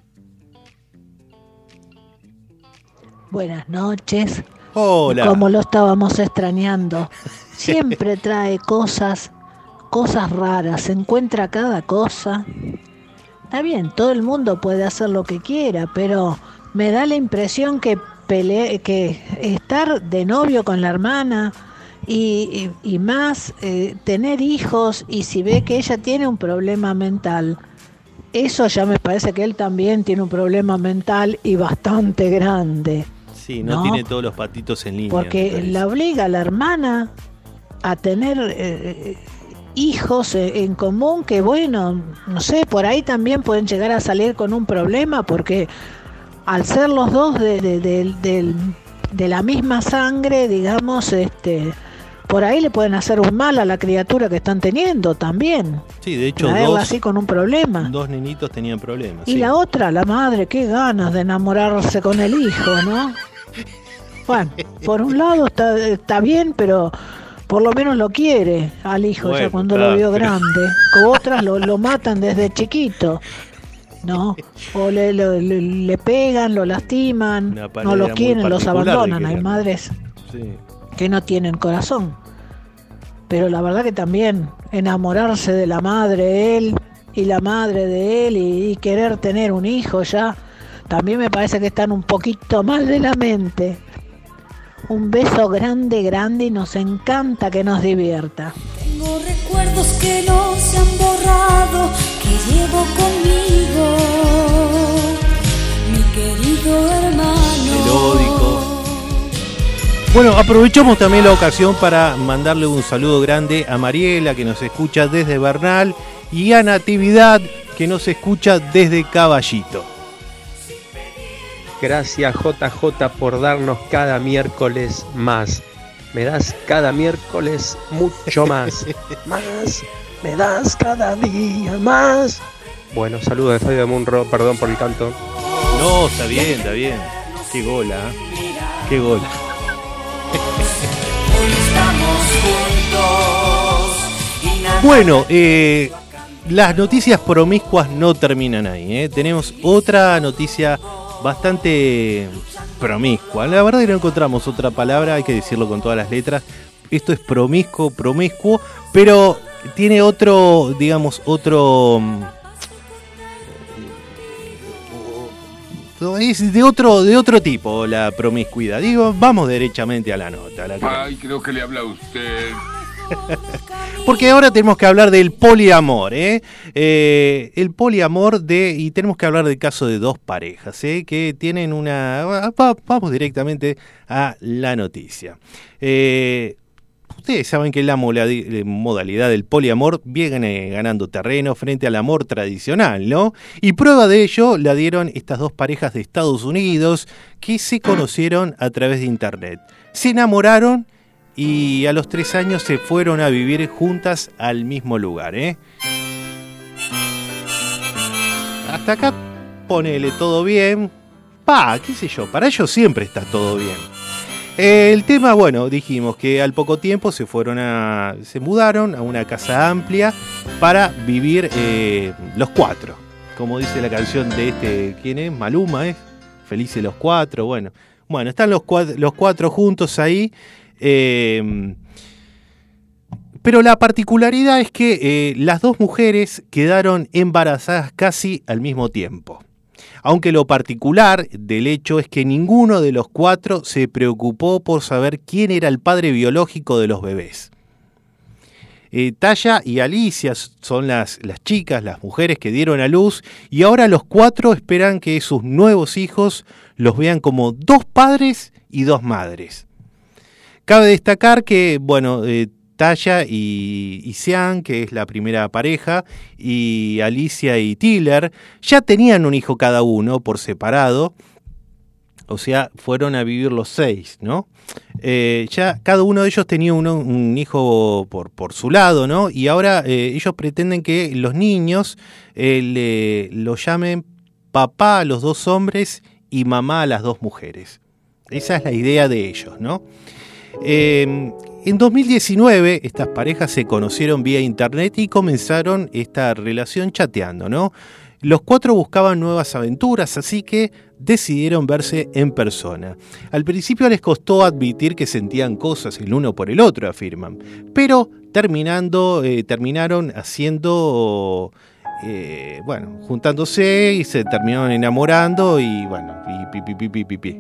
Buenas noches. Hola. Como lo estábamos extrañando. Siempre trae cosas, cosas raras. Se encuentra cada cosa. Está bien, todo el mundo puede hacer lo que quiera, pero me da la impresión que pele- que estar de novio con la hermana y, y, y más eh, tener hijos, y si ve que ella tiene un problema mental, eso ya me parece que él también tiene un problema mental y bastante grande. Sí, no, ¿no? tiene todos los patitos en línea. Porque la obliga a la hermana a tener eh, hijos en común que, bueno, no sé, por ahí también pueden llegar a salir con un problema, porque al ser los dos de, de, de, de, de la misma sangre, digamos, este, por ahí le pueden hacer un mal a la criatura que están teniendo también. Sí, de hecho, traerla dos, así con un problema. dos nenitos tenían problemas. Y sí. la otra, la madre, qué ganas de enamorarse con el hijo, ¿no? Bueno, por un lado está, está bien, pero por lo menos lo quiere al hijo, Bueno, ya cuando claro, lo vio pero- grande. Como otras lo, lo matan desde chiquito, ¿no? O le, lo- le, le pegan, lo lastiman, Una no panadera los muy quieren, los particular de abandonan. Hay querer. madres Sí. que no tienen corazón. Pero la verdad que también enamorarse de la madre, él y la madre de él, y, y querer tener un hijo ya, también me parece que están un poquito mal de la mente. Un beso grande, grande, y nos encanta que nos divierta. Tengo recuerdos que no se han borrado, que llevo conmigo, mi querido hermano. Melódico. Bueno, aprovechamos también la ocasión para mandarle un saludo grande a Mariela, que nos escucha desde Bernal, y a Natividad, que nos escucha desde Caballito. Gracias J J por darnos cada miércoles más. Me das cada miércoles mucho más. Más. Me das cada día más. Bueno, saludos de Fabio de Munro, perdón por el canto. No, está bien, está bien. Qué gola, ¿eh? Qué gola. Bueno, eh, las noticias promiscuas no terminan ahí, ¿eh? Tenemos otra noticia bastante promiscua. La verdad que no encontramos otra palabra, hay que decirlo con todas las letras. Esto es promiscuo, promiscuo, pero tiene otro, digamos, otro... Es de otro, de otro tipo la promiscuidad. Digo, vamos derechamente a la nota. a la Ay, creo que le habla a usted. Porque ahora tenemos que hablar del poliamor, ¿eh? Eh, el poliamor de... Y tenemos que hablar del caso de dos parejas, ¿eh? Que tienen una... Va, vamos directamente a la noticia. Eh, ustedes saben que la modalidad del poliamor viene ganando terreno frente al amor tradicional, ¿no? Y prueba de ello la dieron estas dos parejas de Estados Unidos que se conocieron a través de internet. Se enamoraron y a los tres años se fueron a vivir juntas al mismo lugar, ¿eh? Hasta acá ponele todo bien. Pa, qué sé yo, para ellos siempre está todo bien. El tema, bueno, dijimos que al poco tiempo se fueron a... se mudaron a una casa amplia para vivir eh, los cuatro. Como dice la canción de este, ¿quién es? Maluma, ¿eh? Felices los cuatro, bueno. Bueno, están los cuatro, los cuatro juntos ahí. Eh, pero la particularidad es que eh, las dos mujeres quedaron embarazadas casi al mismo tiempo. Aunque lo particular del hecho es que ninguno de los cuatro se preocupó por saber quién era el padre biológico de los bebés. Eh, Taya y Alicia son las, las chicas, las mujeres que dieron a luz, y ahora los cuatro esperan que sus nuevos hijos los vean como dos padres y dos madres. Cabe destacar que, bueno, eh, Taya y, y Sean, que es la primera pareja, y Alicia y Tiller, ya tenían un hijo cada uno por separado, o sea, fueron a vivir los seis, ¿no? Eh, ya cada uno de ellos tenía uno, un hijo por, por su lado, ¿no? Y ahora eh, ellos pretenden que los niños eh, le, lo llamen papá a los dos hombres y mamá a las dos mujeres. Esa es la idea de ellos, ¿no? Eh, en dos mil diecinueve estas parejas se conocieron vía internet y comenzaron esta relación chateando, ¿no? Los cuatro buscaban nuevas aventuras, así que decidieron verse en persona. Al principio les costó admitir que sentían cosas el uno por el otro, afirman, pero terminando, eh, terminaron haciendo, eh, bueno, juntándose y se terminaron enamorando y bueno, y pi, pi, pi, pi, pi, pi.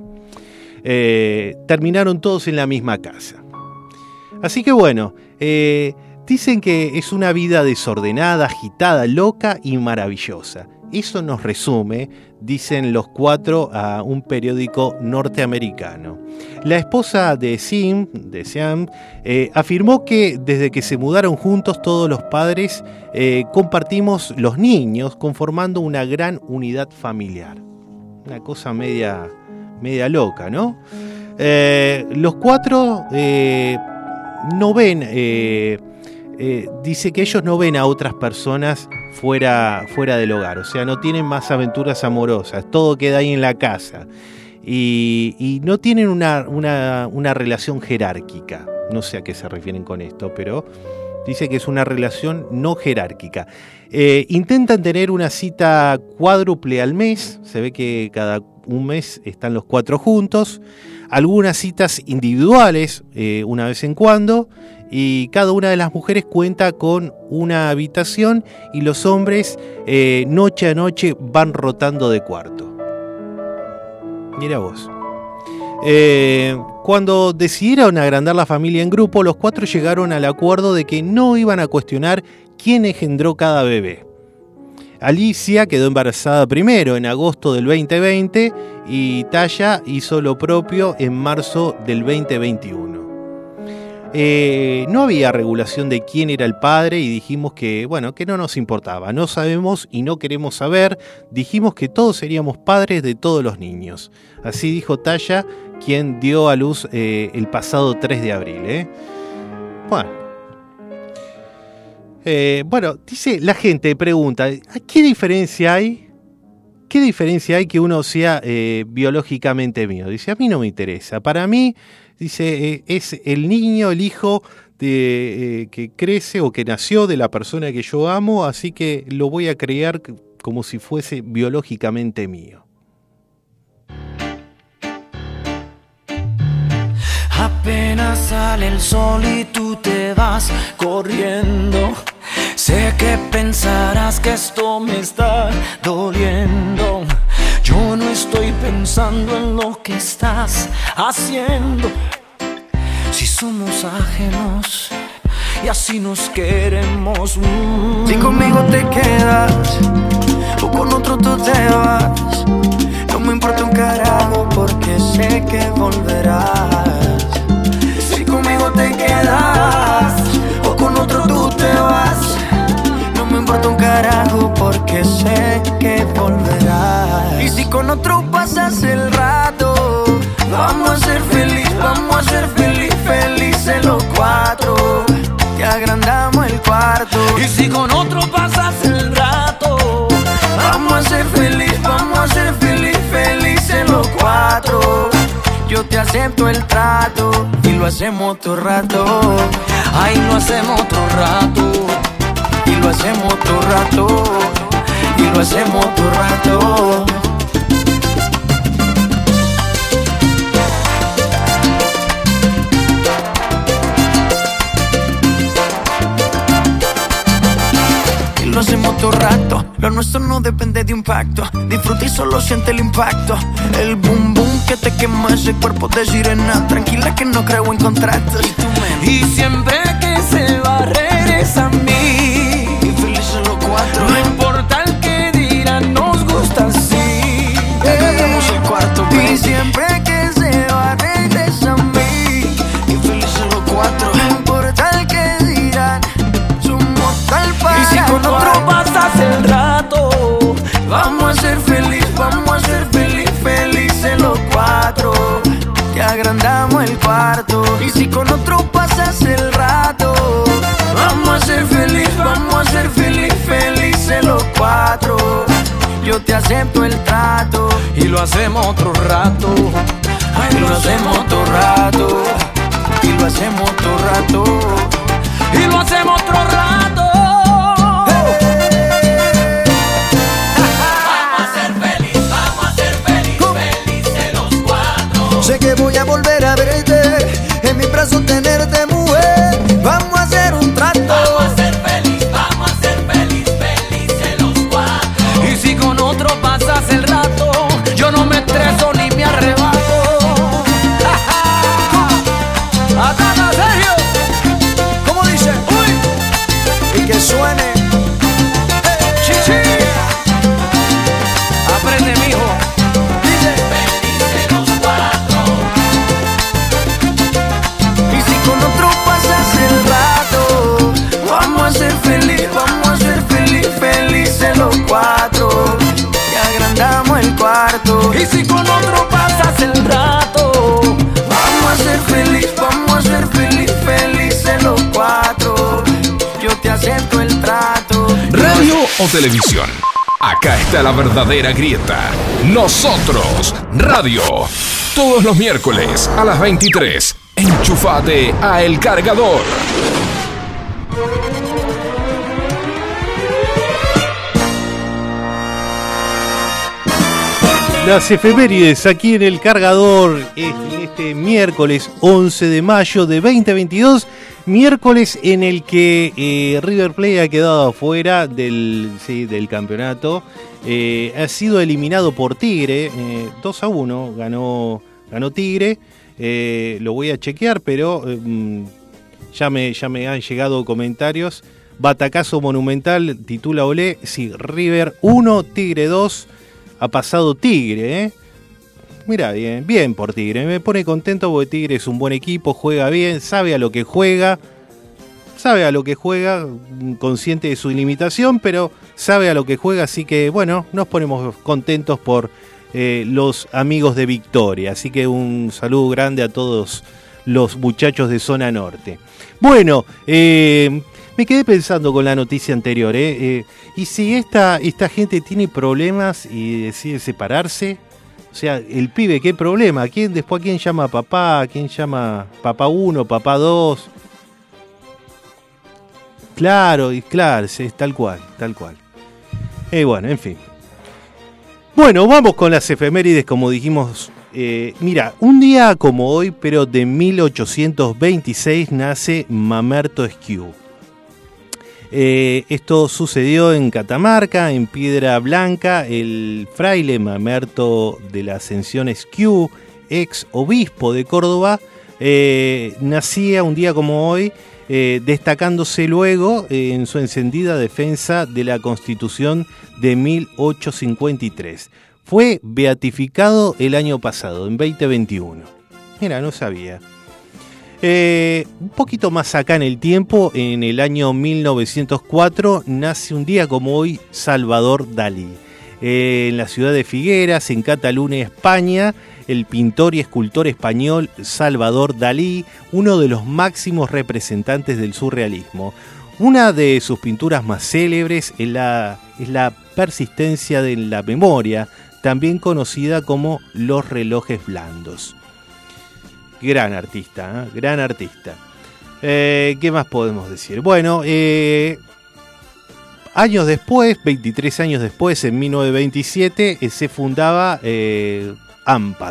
Eh, terminaron todos en la misma casa. Así que bueno, eh, dicen que es una vida desordenada, agitada, loca y maravillosa. Eso nos resume, dicen los cuatro, a un periódico norteamericano. La esposa de Sim, de Sean, eh, afirmó que desde que se mudaron juntos todos los padres eh, compartimos los niños conformando una gran unidad familiar. Una cosa media, media loca, ¿no? Eh, los cuatro eh, no ven... Eh, Eh, dice que ellos no ven a otras personas fuera, fuera del hogar, o sea, no tienen más aventuras amorosas, todo queda ahí en la casa y, y no tienen una, una, una relación jerárquica, no sé a qué se refieren con esto, pero dice que es una relación no jerárquica. Eh, intentan tener una cita cuádruple al mes, se ve que cada un mes están los cuatro juntos, algunas citas individuales eh, una vez en cuando, y cada una de las mujeres cuenta con una habitación y los hombres eh, noche a noche van rotando de cuarto. Mira vos. Eh, cuando decidieron agrandar la familia en grupo, los cuatro llegaron al acuerdo de que no iban a cuestionar quién engendró cada bebé. Alicia quedó embarazada primero en agosto del veinte veinte y Taya hizo lo propio en marzo del veinte veintiuno. Eh, no había regulación de quién era el padre y dijimos que, bueno, que no nos importaba. No sabemos y no queremos saber. Dijimos que todos seríamos padres de todos los niños. Así dijo Taya, quien dio a luz eh, el pasado tres de abril. ¿eh? Bueno. Eh, bueno, dice la gente, pregunta, ¿qué diferencia hay? ¿Qué diferencia hay que uno sea eh, biológicamente mío? Dice, a mí no me interesa. Para mí, dice, eh, es el niño, el hijo de, eh, que crece o que nació de la persona que yo amo, así que lo voy a crear como si fuese biológicamente mío. Apenas sale el sol y tú te vas corriendo. Sé que pensarás que esto me está doliendo. Yo no estoy pensando en lo que estás haciendo. Si somos ajenos y así nos queremos. mm. Si conmigo te quedas o con otro tú te vas, no me importa un carajo porque sé que volverás. Si conmigo te quedas o con otro tú te vas, no me importa un carajo porque sé que volverás. Y si con otro pasas el rato, vamos a ser feliz, vamos a ser feliz, felices los cuatro. Y agrandamos el cuarto. Y si con otro pasas el rato, vamos a ser feliz, vamos a ser feliz, felices los cuatro. Yo te acepto el trato y lo hacemos todo rato. Ay, lo hacemos todo rato. Y lo hacemos todo rato. Y lo hacemos todo rato. Y lo hacemos todo rato. Lo nuestro no depende de un pacto. Disfruta y solo siente el impacto. El boom boom que te quema ese cuerpo de sirena. Tranquila que no creo en contratos. Y siempre que se va regresa a mí. Y felices los cuatro. No importa el que dirán, nos gusta así. Tenemos el cuarto, baby. Y siempre que se va regresa a mí. Y felices los cuatro. No importa el que dirán, somos tal para. Y si con otro pasas el rato, vamos a ser feliz, vamos a ser feliz, felices los cuatro. Que agrandamos el cuarto. Y si con otro pasas el rato, vamos a ser feliz, vamos a ser feliz, felices los cuatro. Yo te acepto el trato. Y lo hacemos otro rato. Ay, lo hacemos otro rato. Y lo hacemos otro rato. Y lo hacemos otro rato. Vamos a ser feliz, vamos a ser feliz, felices los cuatro. Sé que voy a volver a verte, en mis brazos tenerte, mujer. Vamos a hacer un trato. Vamos a ser feliz, vamos a ser feliz, felices los cuatro. Y si con otro pasas el rato, yo no me estreso ni me arrebato. ¡Ataca, Sergio! ¿Cómo dice? ¡Uy! Y que suene. ¡Chichi! Aprende, mijo. Dice: felices los cuatro. Y si con otro pasas el rato, vamos a ser feliz, vamos a ser feliz, felices los cuatro. Que agrandamos el cuarto. Y si con otro pasas el rato, vamos a ser feliz, vamos a ser feliz, felices los cuatro. Yo te acepto el trato. Radio o televisión. Acá está la verdadera grieta. Nosotros, radio. Todos los miércoles a las veintitrés. Enchufate a El Cargador. Las efemérides aquí en El Cargador, en este miércoles once de mayo de veinte veintidós, miércoles en el que eh, River Plate ha quedado afuera del, sí, del campeonato, eh, ha sido eliminado por Tigre, eh, dos a uno, ganó, ganó Tigre, eh, lo voy a chequear, pero eh, ya, me, ya me han llegado comentarios. Batacazo monumental, titula Olé, sí, River uno, Tigre dos. Ha pasado Tigre, ¿eh? Mirá, bien, bien por Tigre. Me pone contento porque Tigre es un buen equipo, juega bien, sabe a lo que juega. Sabe a lo que juega, consciente de su limitación, pero sabe a lo que juega. Así que, bueno, nos ponemos contentos por eh, los amigos de Victoria. Así que un saludo grande a todos los muchachos de Zona Norte. Bueno, eh... me quedé pensando con la noticia anterior, ¿eh? Eh, ¿y si esta, esta gente tiene problemas y decide separarse? O sea, el pibe, ¿qué problema? ¿Quién, después a quién llama papá? ¿A quién llama papá uno, papá dos? Claro, y claro, sí, tal cual, tal cual. Eh, bueno, en fin. Bueno, vamos con las efemérides, como dijimos. Eh, mira, un día como hoy, pero de mil ochocientos veintiséis, nace Mamerto Esquiú. Eh, esto sucedió en Catamarca, en Piedra Blanca. El fraile Mamerto de la Ascensión Esquiú, ex obispo de Córdoba, eh, nacía un día como hoy, eh, destacándose luego eh, en su encendida defensa de la Constitución de mil ochocientos cincuenta y tres. Fue beatificado el año pasado, en veinte veintiuno. Mira, no sabía. Eh, un poquito más acá en el tiempo, en el año mil novecientos cuatro, nace un día como hoy Salvador Dalí. Eh, en la ciudad de Figueras, en Cataluña, España, el pintor y escultor español Salvador Dalí, uno de los máximos representantes del surrealismo. Una de sus pinturas más célebres es la, es la persistencia de la memoria, también conocida como Los relojes blandos. Gran artista, ¿eh? Gran artista. Eh, ¿Qué más podemos decir? Bueno, eh, años después, veintitrés años después, en mil novecientos veintisiete, eh, se fundaba eh, AMPAS.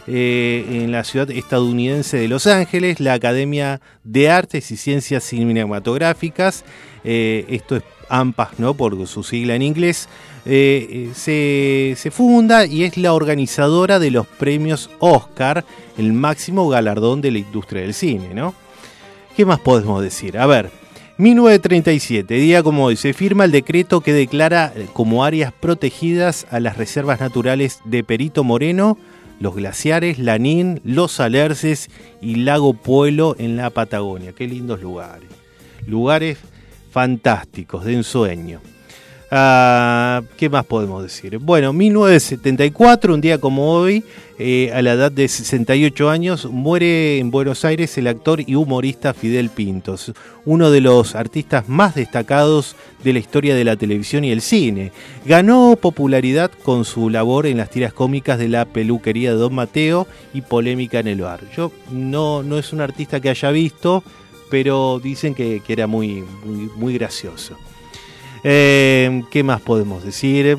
eh, en la ciudad estadounidense de Los Ángeles, la Academia de Artes y Ciencias Cinematográficas, eh, esto es AMPAS, ¿no?, por su sigla en inglés, eh, se, se funda y es la organizadora de los premios Oscar, el máximo galardón de la industria del cine, ¿no? ¿Qué más podemos decir? A ver, mil novecientos treinta y siete, día como hoy, se firma el decreto que declara como áreas protegidas a las reservas naturales de Perito Moreno, los glaciares, Lanín, los Alerces y Lago Puelo en la Patagonia. Qué lindos lugares. Lugares fantásticos, de ensueño. Uh, ¿Qué más podemos decir? Bueno, mil novecientos setenta y cuatro, un día como hoy, eh, a la edad de sesenta y ocho años, muere en Buenos Aires el actor y humorista Fidel Pintos, uno de los artistas más destacados de la historia de la televisión y el cine. Ganó popularidad con su labor en las tiras cómicas de La peluquería de Don Mateo y Polémica en el bar. Yo no, no es un artista que haya visto, pero dicen que, que era muy, muy, muy gracioso. Eh, ¿Qué más podemos decir?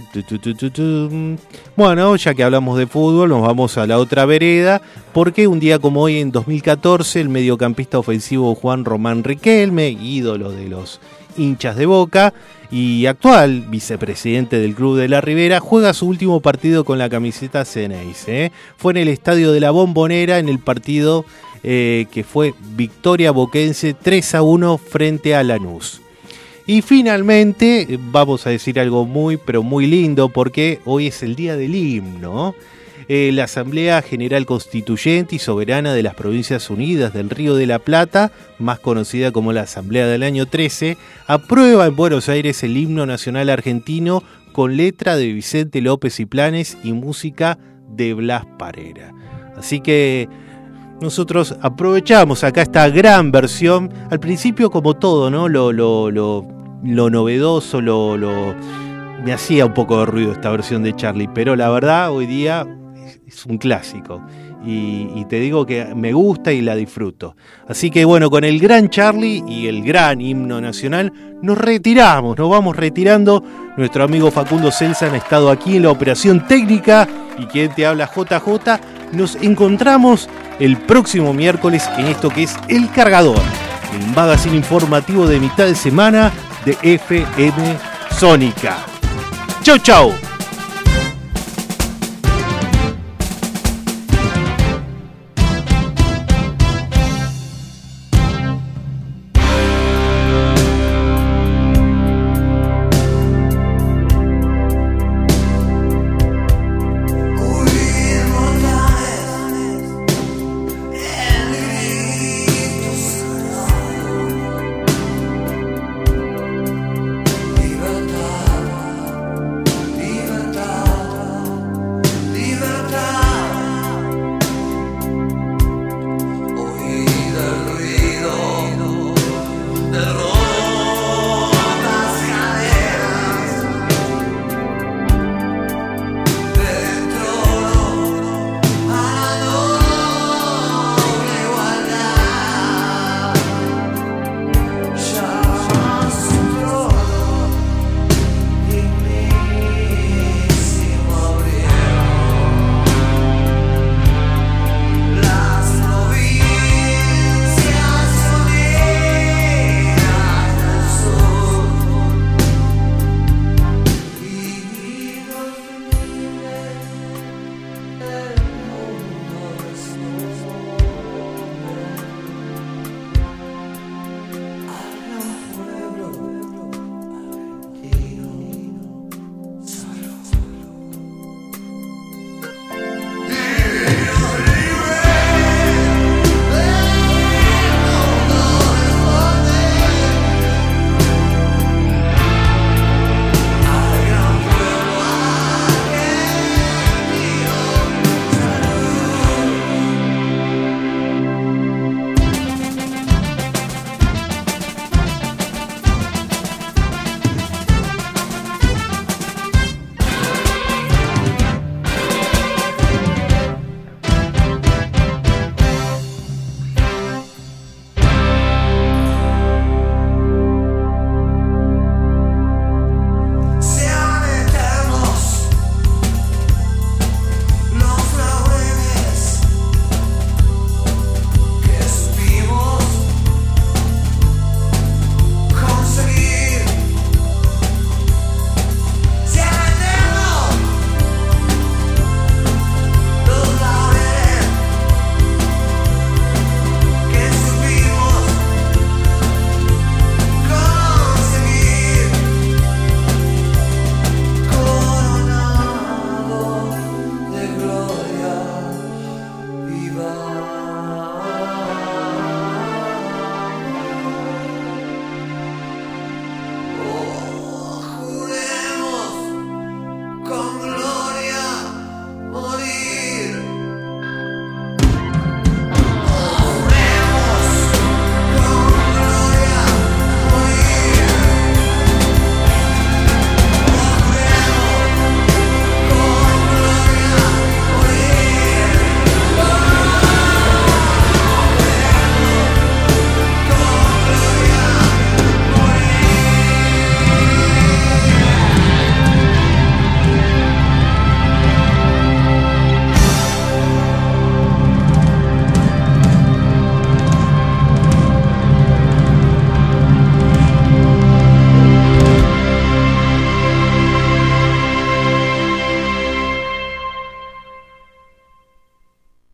Bueno, ya que hablamos de fútbol, nos vamos a la otra vereda, porque un día como hoy, en dos mil catorce, el mediocampista ofensivo Juan Román Riquelme, ídolo de los hinchas de Boca y actual vicepresidente del Club de la Ribera, juega su último partido con la camiseta Ceneice. ¿eh? Fue en el Estadio de la Bombonera, en el partido eh, que fue victoria boquense tres a uno frente a Lanús. Y finalmente vamos a decir algo muy pero muy lindo, porque hoy es el día del himno. Eh, la Asamblea General Constituyente y Soberana de las Provincias Unidas del Río de la Plata, más conocida como la Asamblea del año trece, aprueba en Buenos Aires el himno nacional argentino con letra de Vicente López y Planes y música de Blas Parera. Así que nosotros aprovechamos acá esta gran versión. Al principio, como todo, ¿no? Lo, lo, lo, lo novedoso, lo, lo me hacía un poco de ruido esta versión de Charlie, pero la verdad hoy día es, es un clásico. Y, y te digo que me gusta y la disfruto. Así que bueno, con el gran Charlie y el gran himno nacional nos retiramos, nos vamos retirando. Nuestro amigo Facundo Celsan ha estado aquí en la operación técnica y quien te habla, J J. Nos encontramos el próximo miércoles en esto que es El Cargador, el magazine informativo de mitad de semana de F M Sónica. Chau, chau.